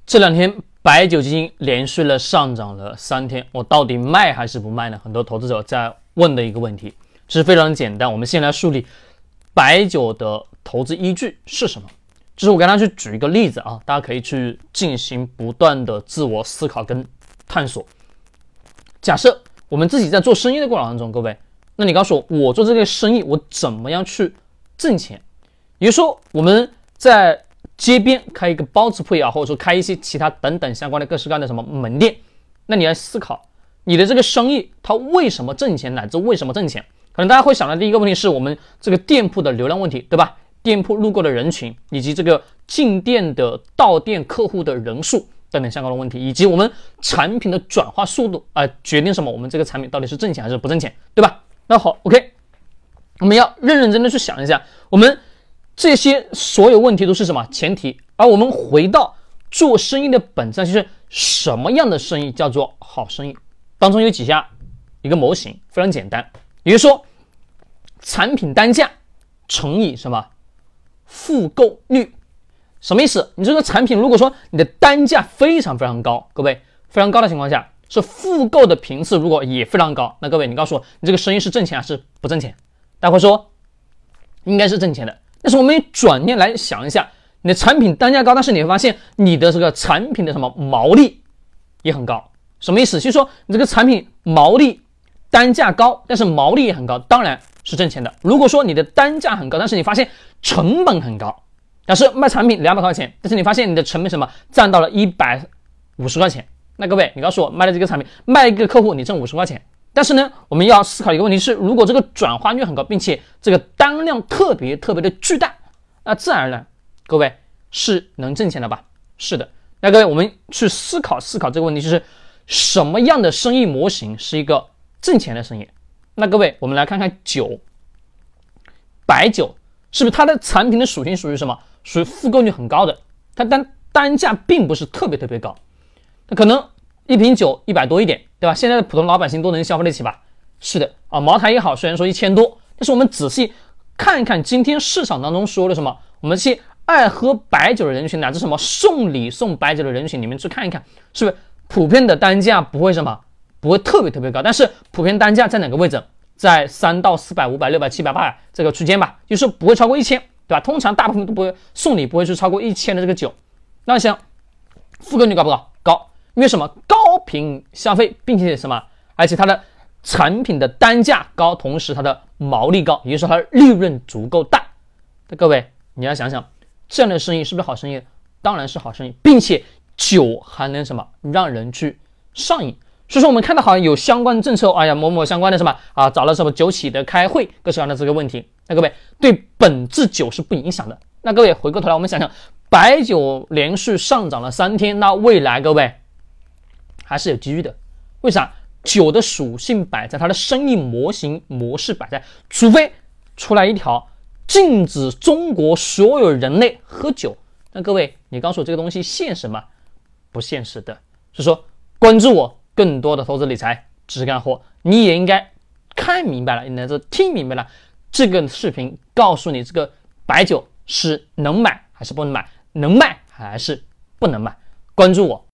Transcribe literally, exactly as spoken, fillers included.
这两天白酒基金连续了上涨了三天，我到底卖还是不卖呢？很多投资者在问的一个问题，其实非常简单。我们先来梳理白酒的投资依据是什么。就是我给大家去举一个例子啊，大家可以去进行不断的自我思考跟探索。假设我们自己在做生意的过程当中，各位，那你告诉我，我做这个生意，我怎么样去挣钱？也就是说，我们在街边开一个包子铺也好，或者说开一些其他等等相关的各式各样的什么门店，那你要思考你的这个生意它为什么挣钱，乃至为什么挣钱。可能大家会想到的第一个问题是我们这个店铺的流量问题，对吧？店铺路过的人群，以及这个进店的到店客户的人数等等相关的问题，以及我们产品的转化速度啊、呃，决定什么我们这个产品到底是挣钱还是不挣钱，对吧？那好 ，OK， 我们要认认真真去想一下，我们这些所有问题都是什么前提？而我们回到做生意的本质，就是什么样的生意叫做好生意？当中有几下一个模型，非常简单，也就是说，产品单价乘以什么复购率？什么意思？你这个产品如果说你的单价非常非常高，各位非常高的情况下，是复购的频次如果也非常高，那各位你告诉我，你这个生意是挣钱还是不挣钱？大家会说应该是挣钱的。但是我们转念来想一下，你的产品单价高，但是你会发现你的这个产品的什么毛利也很高。什么意思？就是说你这个产品毛利单价高，但是毛利也很高，当然是挣钱的。如果说你的单价很高，但是你发现成本很高，但是卖产品两百块钱，但是你发现你的成本什么占到了一百五十块钱，那各位你告诉我，卖的这个产品卖一个客户你挣五十块钱。但是呢，我们要思考一个问题是，如果这个转化率很高，并且这个单量特别特别的巨大，那自然而然，各位是能挣钱的吧？是的。那各位，我们去思考思考这个问题，就是什么样的生意模型是一个挣钱的生意？那各位，我们来看看酒，白酒是不是它的产品的属性属于什么？属于复购率很高的，它单单价并不是特别特别高，它可能一瓶酒一百多一点，对吧？现在的普通老百姓都能消费得起吧？是的啊，茅台也好，虽然说一千多，但是我们仔细看一看今天市场当中说的什么，我们这些爱喝白酒的人群，乃至什么送礼送白酒的人群里面去看一看，是不是普遍的单价不会什么，不会特别特别高，但是普遍单价在哪个位置？在三到四百、五百、六百、七百、八百这个区间吧，就是不会超过一千，对吧？通常大部分都不会送礼，不会是超过一千的这个酒。那想复购率高不高？高。因为什么？高频消费，并且什么？而且它的产品的单价高，同时它的毛利高，也就是说它的利润足够大。那各位，你要想想，这样的生意是不是好生意？当然是好生意，并且酒还能什么？让人去上瘾。所以说我们看到好像有相关政策，哎呀，某某相关的什么啊，找了什么酒企的开会，各式各样的这个问题。那各位，对本质酒是不影响的。那各位回过头来，我们想想，白酒连续上涨了三天，那未来各位还是有机遇的。为啥？酒的属性摆在，它的生意模型模式摆在，除非出来一条禁止中国所有人类喝酒，那各位你告诉我这个东西现实吗？不现实的。所以说关注我更多的投资理财知识干货，你也应该看明白了，你乃至听明白了这个视频告诉你这个白酒是能买还是不能买，能卖还是不能卖。关注我